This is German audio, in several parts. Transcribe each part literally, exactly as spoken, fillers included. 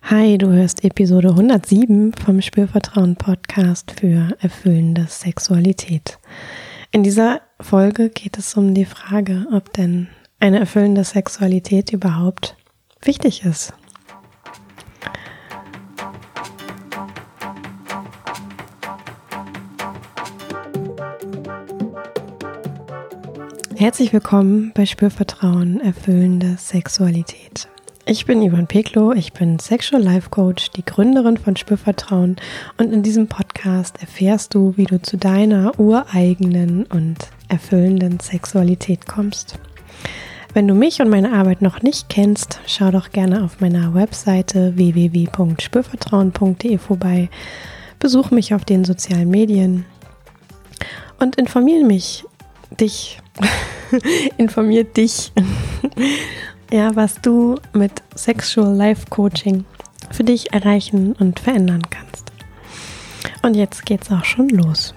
Hi, du hörst Episode hundertsieben vom Spürvertrauen-Podcast für erfüllende Sexualität. In dieser Folge geht es um die Frage, ob denn eine erfüllende Sexualität überhaupt wichtig ist. Herzlich willkommen bei Spürvertrauen, erfüllende Sexualität. Ich bin Yvonne Peklo, ich bin Sexual Life Coach, die Gründerin von Spürvertrauen, und in diesem Podcast erfährst du, wie du zu deiner ureigenen und erfüllenden Sexualität kommst. Wenn du mich und meine Arbeit noch nicht kennst, schau doch gerne auf meiner Webseite w w w punkt spürvertrauen punkt d e vorbei, besuch mich auf den sozialen Medien und informiere mich, dich, informier dich, ja, was du mit Sexual Life Coaching für dich erreichen und verändern kannst. Und jetzt geht's auch schon los.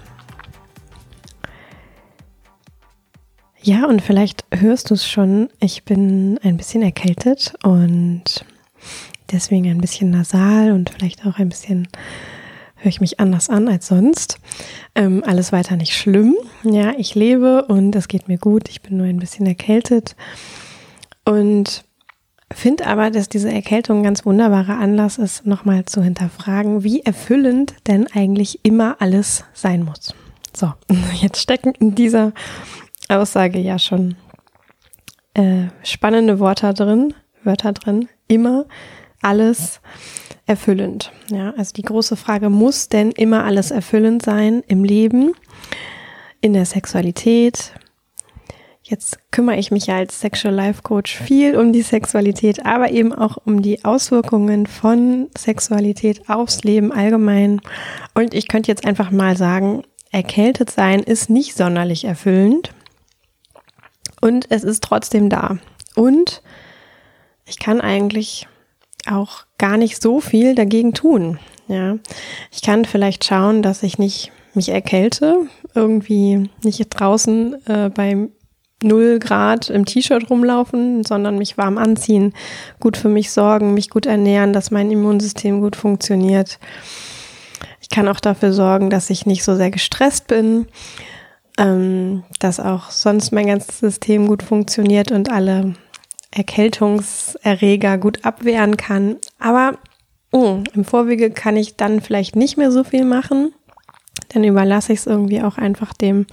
Ja, und vielleicht hörst du es schon, ich bin ein bisschen erkältet und deswegen ein bisschen nasal und vielleicht auch ein bisschen höre ich mich anders an als sonst. Ähm, alles weiter nicht schlimm. Ja, ich lebe und es geht mir gut. Ich bin nur ein bisschen erkältet. Und finde aber, dass diese Erkältung ein ganz wunderbarer Anlass ist, nochmal zu hinterfragen, wie erfüllend denn eigentlich immer alles sein muss. So, jetzt stecken in dieser Aussage ja schon äh, spannende Wörter drin, Wörter drin, immer alles erfüllend. Ja, also die große Frage, muss denn immer alles erfüllend sein im Leben, in der Sexualität? Jetzt kümmere ich mich ja als Sexual Life Coach viel um die Sexualität, aber eben auch um die Auswirkungen von Sexualität aufs Leben allgemein. Und ich könnte jetzt einfach mal sagen, erkältet sein ist nicht sonderlich erfüllend und es ist trotzdem da. Und ich kann eigentlich auch gar nicht so viel dagegen tun. Ja, ich kann vielleicht schauen, dass ich nicht mich erkälte, irgendwie nicht draußen äh, beim null Grad im T-Shirt rumlaufen, sondern mich warm anziehen, gut für mich sorgen, mich gut ernähren, dass mein Immunsystem gut funktioniert. Ich kann auch dafür sorgen, dass ich nicht so sehr gestresst bin, ähm, dass auch sonst mein ganzes System gut funktioniert und alle Erkältungserreger gut abwehren kann. Aber mh, im Vorwege kann ich dann vielleicht nicht mehr so viel machen, dann überlasse ich es irgendwie auch einfach dem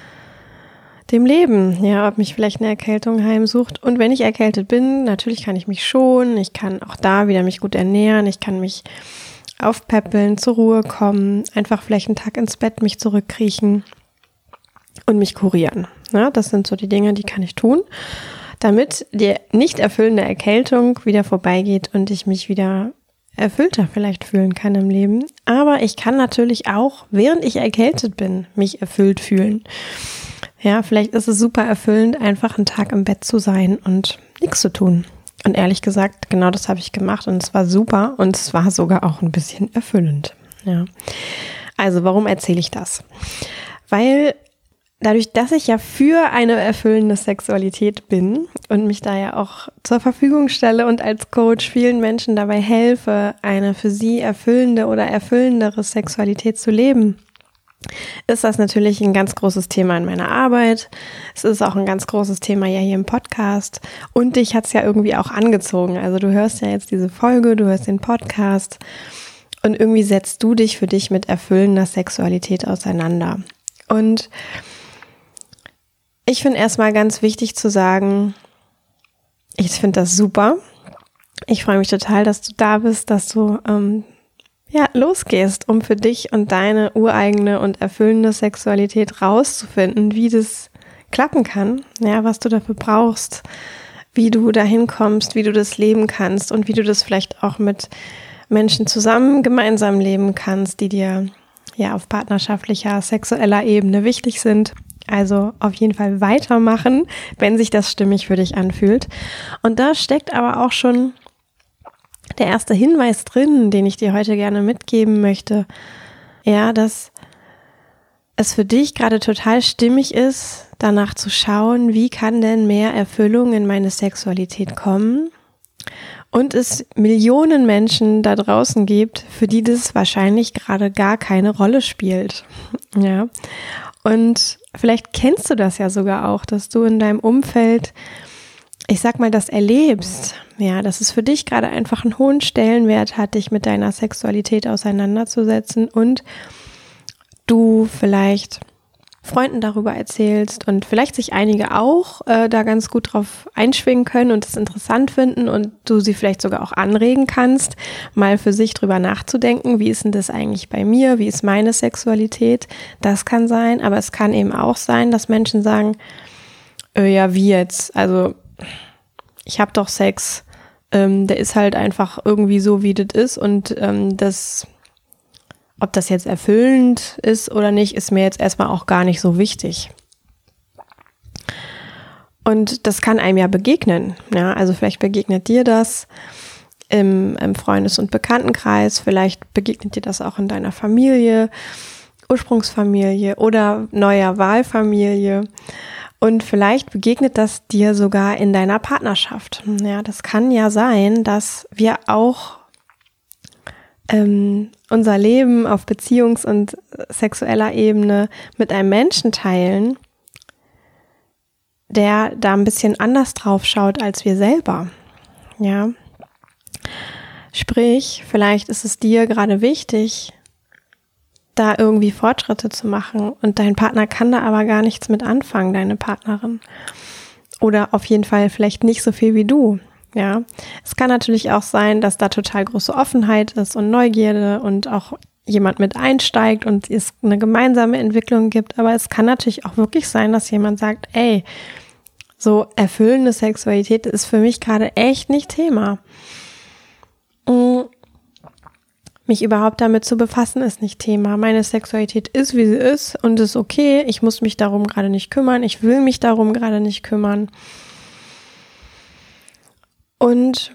dem Leben, ja, ob mich vielleicht eine Erkältung heimsucht. Und wenn ich erkältet bin, natürlich kann ich mich schonen, ich kann auch da wieder mich gut ernähren, ich kann mich aufpäppeln, zur Ruhe kommen, einfach vielleicht einen Tag ins Bett mich zurückkriechen und mich kurieren. Ja, das sind so die Dinge, die kann ich tun, damit die nicht erfüllende Erkältung wieder vorbeigeht und ich mich wieder erfüllter vielleicht fühlen kann im Leben. Aber ich kann natürlich auch, während ich erkältet bin, mich erfüllt fühlen. Ja, vielleicht ist es super erfüllend, einfach einen Tag im Bett zu sein und nichts zu tun. Und ehrlich gesagt, genau das habe ich gemacht und es war super und es war sogar auch ein bisschen erfüllend. Ja. Also, warum erzähle ich das? Weil dadurch, dass ich ja für eine erfüllende Sexualität bin und mich da ja auch zur Verfügung stelle und als Coach vielen Menschen dabei helfe, eine für sie erfüllende oder erfüllendere Sexualität zu leben, ist das natürlich ein ganz großes Thema in meiner Arbeit. Es ist auch ein ganz großes Thema ja hier im Podcast und dich hat es ja irgendwie auch angezogen. Also du hörst ja jetzt diese Folge, du hörst den Podcast und irgendwie setzt du dich für dich mit erfüllender Sexualität auseinander. Und ich finde erstmal ganz wichtig zu sagen, ich finde das super. Ich freue mich total, dass du da bist, dass du ähm, ja, losgehst, um für dich und deine ureigene und erfüllende Sexualität rauszufinden, wie das klappen kann, ja, was du dafür brauchst, wie du dahin kommst, wie du das leben kannst und wie du das vielleicht auch mit Menschen zusammen gemeinsam leben kannst, die dir ja auf partnerschaftlicher, sexueller Ebene wichtig sind. Also auf jeden Fall weitermachen, wenn sich das stimmig für dich anfühlt. Und da steckt aber auch schon der erste Hinweis drin, den ich dir heute gerne mitgeben möchte, ja, dass es für dich gerade total stimmig ist, danach zu schauen, wie kann denn mehr Erfüllung in meine Sexualität kommen Und es Millionen Menschen da draußen gibt, für die das wahrscheinlich gerade gar keine Rolle spielt. Ja. Und vielleicht kennst du das ja sogar auch, dass du in deinem Umfeld, ich sag mal, das erlebst, ja, dass es für dich gerade einfach einen hohen Stellenwert hat, dich mit deiner Sexualität auseinanderzusetzen und du vielleicht Freunden darüber erzählst und vielleicht sich einige auch äh, da ganz gut drauf einschwingen können und es interessant finden und du sie vielleicht sogar auch anregen kannst, mal für sich drüber nachzudenken, wie ist denn das eigentlich bei mir, wie ist meine Sexualität, das kann sein, aber es kann eben auch sein, dass Menschen sagen, äh, ja wie jetzt, also ich habe doch Sex, ähm, der ist halt einfach irgendwie so, wie das ist und ähm, das ob das jetzt erfüllend ist oder nicht, ist mir jetzt erstmal auch gar nicht so wichtig. Und das kann einem ja begegnen. Ja, also vielleicht begegnet dir das im, im Freundes- und Bekanntenkreis, vielleicht begegnet dir das auch in deiner Familie, Ursprungsfamilie oder neuer Wahlfamilie. Und vielleicht begegnet das dir sogar in deiner Partnerschaft. Ja, das kann ja sein, dass wir auch ähm, unser Leben auf Beziehungs- und sexueller Ebene mit einem Menschen teilen, der da ein bisschen anders drauf schaut als wir selber. Ja. Sprich, vielleicht ist es dir gerade wichtig, da irgendwie Fortschritte zu machen und dein Partner kann da aber gar nichts mit anfangen, deine Partnerin. Oder auf jeden Fall vielleicht nicht so viel wie du. Ja, es kann natürlich auch sein, dass da total große Offenheit ist und Neugierde und auch jemand mit einsteigt und es eine gemeinsame Entwicklung gibt. Aber es kann natürlich auch wirklich sein, dass jemand sagt, ey, so erfüllende Sexualität ist für mich gerade echt nicht Thema. Mich überhaupt damit zu befassen, ist nicht Thema. Meine Sexualität ist, wie sie ist und ist okay. Ich muss mich darum gerade nicht kümmern. Ich will mich darum gerade nicht kümmern. Und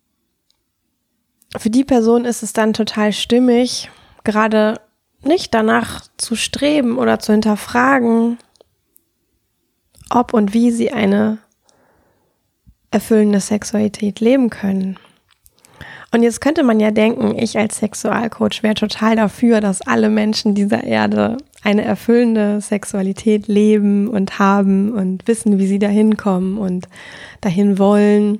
für die Person ist es dann total stimmig, gerade nicht danach zu streben oder zu hinterfragen, ob und wie sie eine erfüllende Sexualität leben können. Und jetzt könnte man ja denken, ich als Sexualcoach wäre total dafür, dass alle Menschen dieser Erde eine erfüllende Sexualität leben und haben und wissen, wie sie dahin kommen und dahin wollen.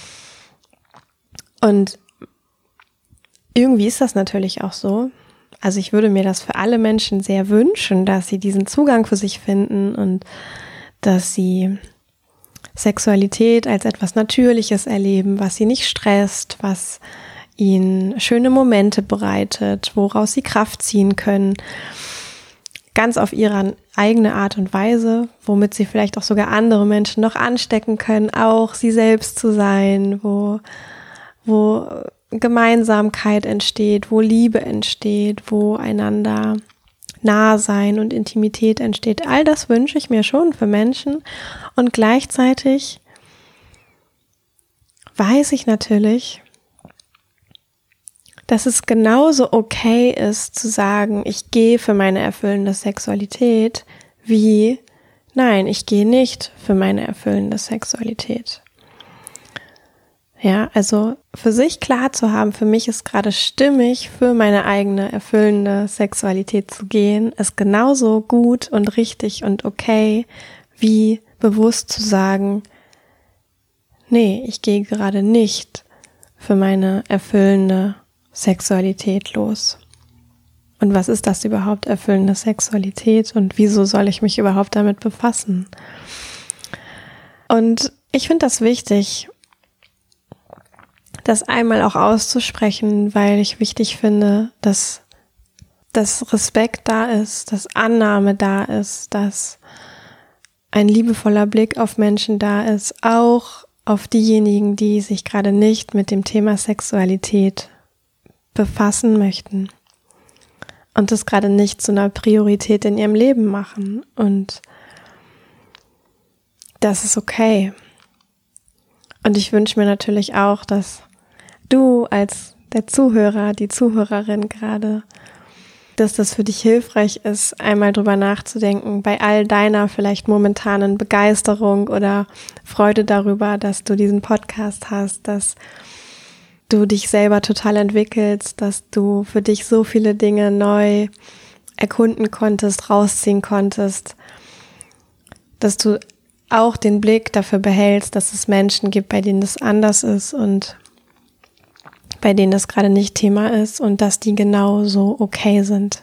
Und irgendwie ist das natürlich auch so. Also ich würde mir das für alle Menschen sehr wünschen, dass sie diesen Zugang für sich finden und dass sie Sexualität als etwas Natürliches erleben, was sie nicht stresst, was ihnen schöne Momente bereitet, woraus sie Kraft ziehen können, ganz auf ihre eigene Art und Weise, womit sie vielleicht auch sogar andere Menschen noch anstecken können, auch sie selbst zu sein, wo wo Gemeinsamkeit entsteht, wo Liebe entsteht, wo einander nah sein und Intimität entsteht. All das wünsche ich mir schon für Menschen und gleichzeitig weiß ich natürlich, dass es genauso okay ist zu sagen, ich gehe für meine erfüllende Sexualität, wie nein, ich gehe nicht für meine erfüllende Sexualität. Ja, also für sich klar zu haben, für mich ist gerade stimmig, für meine eigene erfüllende Sexualität zu gehen, ist genauso gut und richtig und okay, wie bewusst zu sagen, nee, ich gehe gerade nicht für meine erfüllende Sexualität los. Und was ist das überhaupt, erfüllende Sexualität? Und wieso soll ich mich überhaupt damit befassen? Und ich finde das wichtig, das einmal auch auszusprechen, weil ich wichtig finde, dass, dass Respekt da ist, dass Annahme da ist, dass ein liebevoller Blick auf Menschen da ist, auch auf diejenigen, die sich gerade nicht mit dem Thema Sexualität befassen möchten und das gerade nicht zu einer Priorität in ihrem Leben machen. Und das ist okay. Und ich wünsche mir natürlich auch, dass du als der Zuhörer, die Zuhörerin gerade, dass das für dich hilfreich ist, einmal drüber nachzudenken, bei all deiner vielleicht momentanen Begeisterung oder Freude darüber, dass du diesen Podcast hast, dass du dich selber total entwickelst, dass du für dich so viele Dinge neu erkunden konntest, rausziehen konntest, dass du auch den Blick dafür behältst, dass es Menschen gibt, bei denen das anders ist und bei denen das gerade nicht Thema ist und dass die genauso okay sind.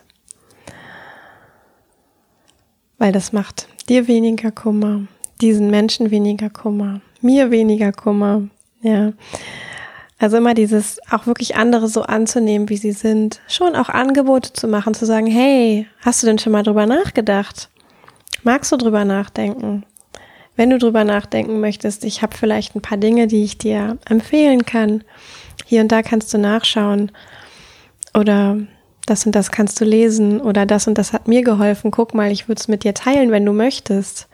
Weil das macht dir weniger Kummer, diesen Menschen weniger Kummer, mir weniger Kummer, ja. Also immer dieses, auch wirklich andere so anzunehmen, wie sie sind, schon auch Angebote zu machen, zu sagen, hey, hast du denn schon mal drüber nachgedacht? Magst du drüber nachdenken? Wenn du drüber nachdenken möchtest, ich habe vielleicht ein paar Dinge, die ich dir empfehlen kann. Hier und da kannst du nachschauen oder das und das kannst du lesen oder das und das hat mir geholfen. Guck mal, ich würde es mit dir teilen, wenn du möchtest.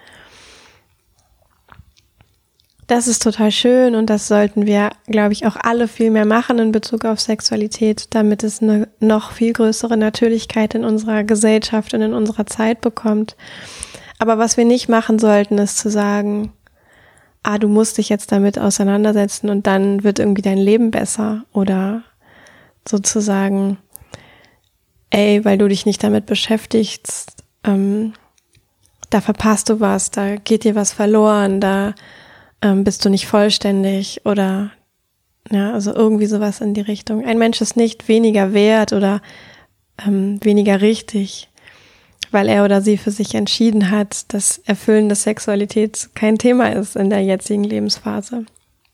Das ist total schön und das sollten wir, glaube ich, auch alle viel mehr machen in Bezug auf Sexualität, damit es eine noch viel größere Natürlichkeit in unserer Gesellschaft und in unserer Zeit bekommt. Aber was wir nicht machen sollten, ist zu sagen, ah, du musst dich jetzt damit auseinandersetzen und dann wird irgendwie dein Leben besser oder sozusagen, ey, weil du dich nicht damit beschäftigst, ähm, da verpasst du was, da geht dir was verloren, da ähm, bist du nicht vollständig oder ja, also irgendwie sowas in die Richtung. Ein Mensch ist nicht weniger wert oder ähm, weniger richtig, weil er oder sie für sich entschieden hat, dass erfüllende Sexualität kein Thema ist in der jetzigen Lebensphase.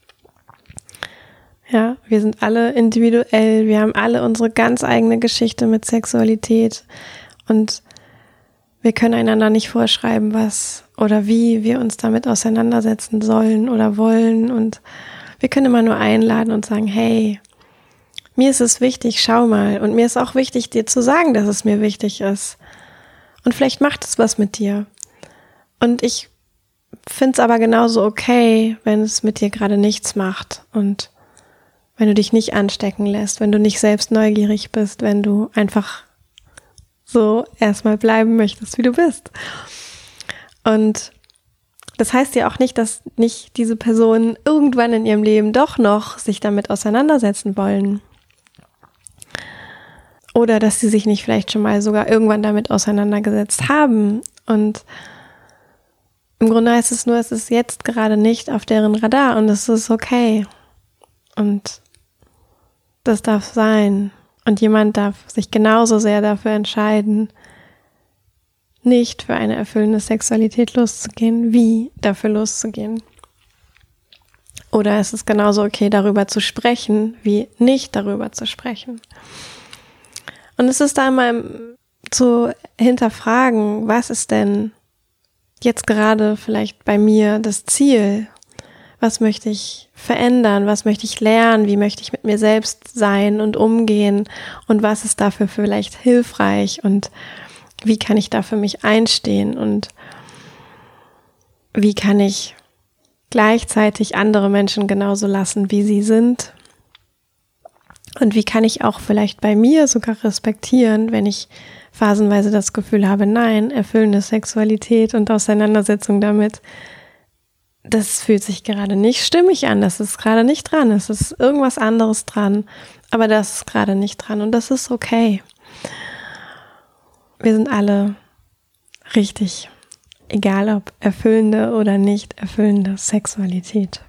Ja, wir sind alle individuell, wir haben alle unsere ganz eigene Geschichte mit Sexualität und wir können einander nicht vorschreiben, was oder wie wir uns damit auseinandersetzen sollen oder wollen und wir können immer nur einladen und sagen, hey, mir ist es wichtig, schau mal und mir ist auch wichtig, dir zu sagen, dass es mir wichtig ist. Und vielleicht macht es was mit dir. Und ich finde es aber genauso okay, wenn es mit dir gerade nichts macht und wenn du dich nicht anstecken lässt, wenn du nicht selbst neugierig bist, wenn du einfach so erstmal bleiben möchtest, wie du bist. Und das heißt ja auch nicht, dass nicht diese Personen irgendwann in ihrem Leben doch noch sich damit auseinandersetzen wollen. Oder dass sie sich nicht vielleicht schon mal sogar irgendwann damit auseinandergesetzt haben. Und im Grunde heißt es nur, es ist jetzt gerade nicht auf deren Radar und es ist okay. Und das darf sein. Und jemand darf sich genauso sehr dafür entscheiden, nicht für eine erfüllende Sexualität loszugehen, wie dafür loszugehen. Oder es ist genauso okay, darüber zu sprechen, wie nicht darüber zu sprechen. Und es ist da mal zu hinterfragen, was ist denn jetzt gerade vielleicht bei mir das Ziel? Was möchte ich verändern? Was möchte ich lernen? Wie möchte ich mit mir selbst sein und umgehen? Und was ist dafür vielleicht hilfreich? Und wie kann ich da für mich einstehen? Und wie kann ich gleichzeitig andere Menschen genauso lassen, wie sie sind? Und wie kann ich auch vielleicht bei mir sogar respektieren, wenn ich phasenweise das Gefühl habe, nein, erfüllende Sexualität und Auseinandersetzung damit, das fühlt sich gerade nicht stimmig an, das ist gerade nicht dran, es ist irgendwas anderes dran, aber das ist gerade nicht dran und das ist okay. Wir sind alle richtig, egal ob erfüllende oder nicht erfüllende Sexualität.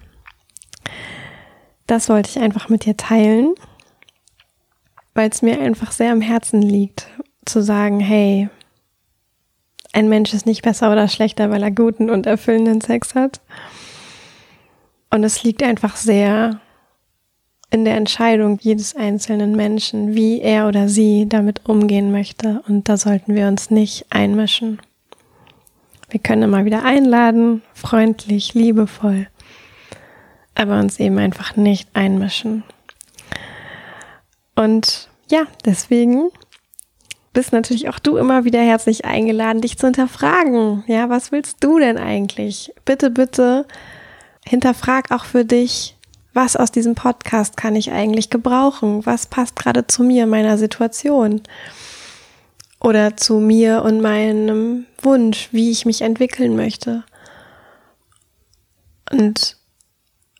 Das wollte ich einfach mit dir teilen, weil es mir einfach sehr am Herzen liegt, zu sagen, hey, ein Mensch ist nicht besser oder schlechter, weil er guten und erfüllenden Sex hat. Und es liegt einfach sehr in der Entscheidung jedes einzelnen Menschen, wie er oder sie damit umgehen möchte. Und da sollten wir uns nicht einmischen. Wir können immer wieder einladen, freundlich, liebevoll, aber uns eben einfach nicht einmischen. Und ja, deswegen bist natürlich auch du immer wieder herzlich eingeladen, dich zu hinterfragen. Ja, was willst du denn eigentlich? Bitte, bitte hinterfrag auch für dich, was aus diesem Podcast kann ich eigentlich gebrauchen? Was passt gerade zu mir, meiner Situation? Oder zu mir und meinem Wunsch, wie ich mich entwickeln möchte? Und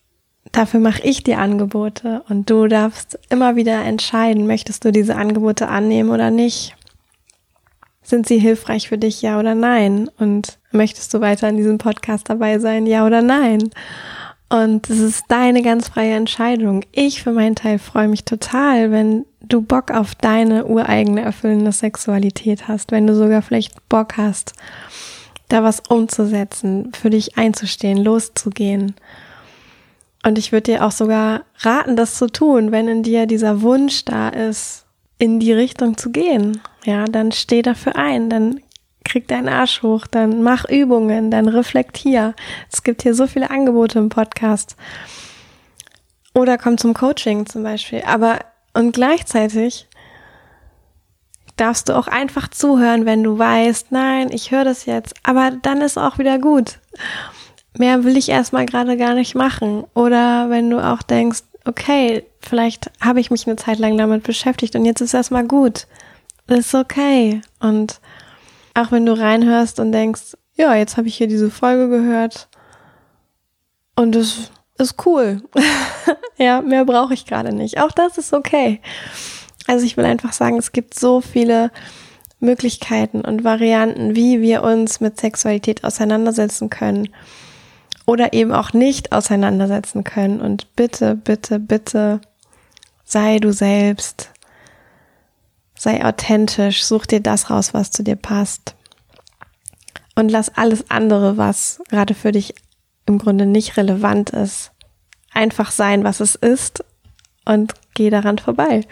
dafür mache ich dir Angebote und du darfst immer wieder entscheiden, möchtest du diese Angebote annehmen oder nicht? Sind sie hilfreich für dich, ja oder nein? Und möchtest du weiter in diesem Podcast dabei sein, ja oder nein? Und es ist deine ganz freie Entscheidung. Ich für meinen Teil freue mich total, wenn du Bock auf deine ureigene erfüllende Sexualität hast, wenn du sogar vielleicht Bock hast, da was umzusetzen, für dich einzustehen, loszugehen. Und ich würde dir auch sogar raten, das zu tun, wenn in dir dieser Wunsch da ist, in die Richtung zu gehen. Ja, dann steh dafür ein, dann krieg deinen Arsch hoch, dann mach Übungen, dann reflektier. Es gibt hier so viele Angebote im Podcast. Oder komm zum Coaching zum Beispiel. Aber und gleichzeitig darfst du auch einfach zuhören, wenn du weißt, nein, ich höre das jetzt, aber dann ist auch wieder gut. Mehr will ich erstmal gerade gar nicht machen. Oder wenn du auch denkst, okay, vielleicht habe ich mich eine Zeit lang damit beschäftigt und jetzt ist erstmal gut. Das ist okay. Und auch wenn du reinhörst und denkst, ja, jetzt habe ich hier diese Folge gehört und es ist cool. Ja, mehr brauche ich gerade nicht. Auch das ist okay. Also ich will einfach sagen, es gibt so viele Möglichkeiten und Varianten, wie wir uns mit Sexualität auseinandersetzen können oder eben auch nicht auseinandersetzen können. Und bitte, bitte, bitte sei du selbst. Sei authentisch, such dir das raus, was zu dir passt. Und lass alles andere, was gerade für dich im Grunde nicht relevant ist, einfach sein, was es ist und geh daran vorbei.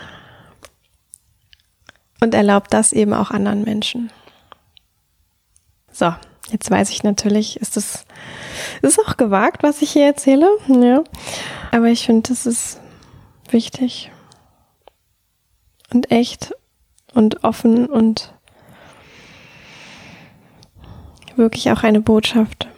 Und erlaub das eben auch anderen Menschen. So, jetzt weiß ich natürlich, ist das ist auch gewagt, was ich hier erzähle. Ja. Aber ich finde, das ist wichtig. Und echt und offen und wirklich auch eine Botschaft,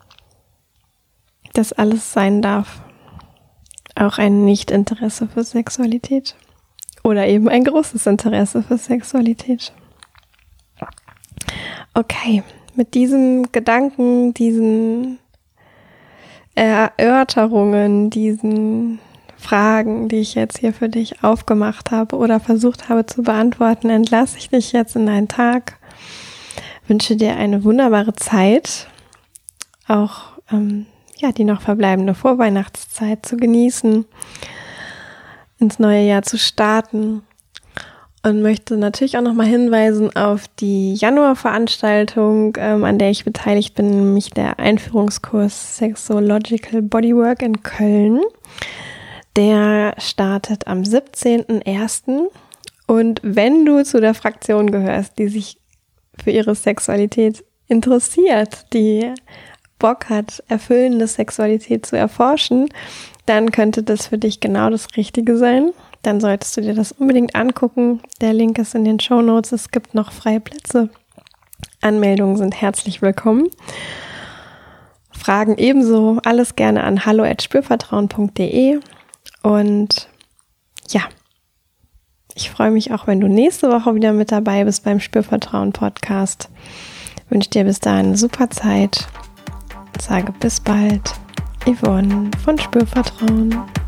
dass alles sein darf. Auch ein Nicht-Interesse für Sexualität oder eben ein großes Interesse für Sexualität. Okay, mit diesem Gedanken, diesen Erörterungen, diesen Fragen, die ich jetzt hier für dich aufgemacht habe oder versucht habe zu beantworten, entlasse ich dich jetzt in deinen Tag. Wünsche dir eine wunderbare Zeit, auch ähm, ja die noch verbleibende Vorweihnachtszeit zu genießen, ins neue Jahr zu starten und möchte natürlich auch nochmal hinweisen auf die Januarveranstaltung, ähm, an der ich beteiligt bin, nämlich der Einführungskurs Sexological Bodywork in Köln. Der startet am siebzehnten ersten und wenn du zu der Fraktion gehörst, die sich für ihre Sexualität interessiert, die Bock hat, erfüllende Sexualität zu erforschen, dann könnte das für dich genau das Richtige sein. Dann solltest du dir das unbedingt angucken. Der Link ist in den Shownotes. Es gibt noch freie Plätze. Anmeldungen sind herzlich willkommen. Fragen ebenso. Alles gerne an hallo at spürvertrauen punkt de. Und ja, ich freue mich auch, wenn du nächste Woche wieder mit dabei bist beim Spürvertrauen Podcast. Ich wünsche dir bis dahin eine super Zeit. Ich sage bis bald. Yvonne von Spürvertrauen.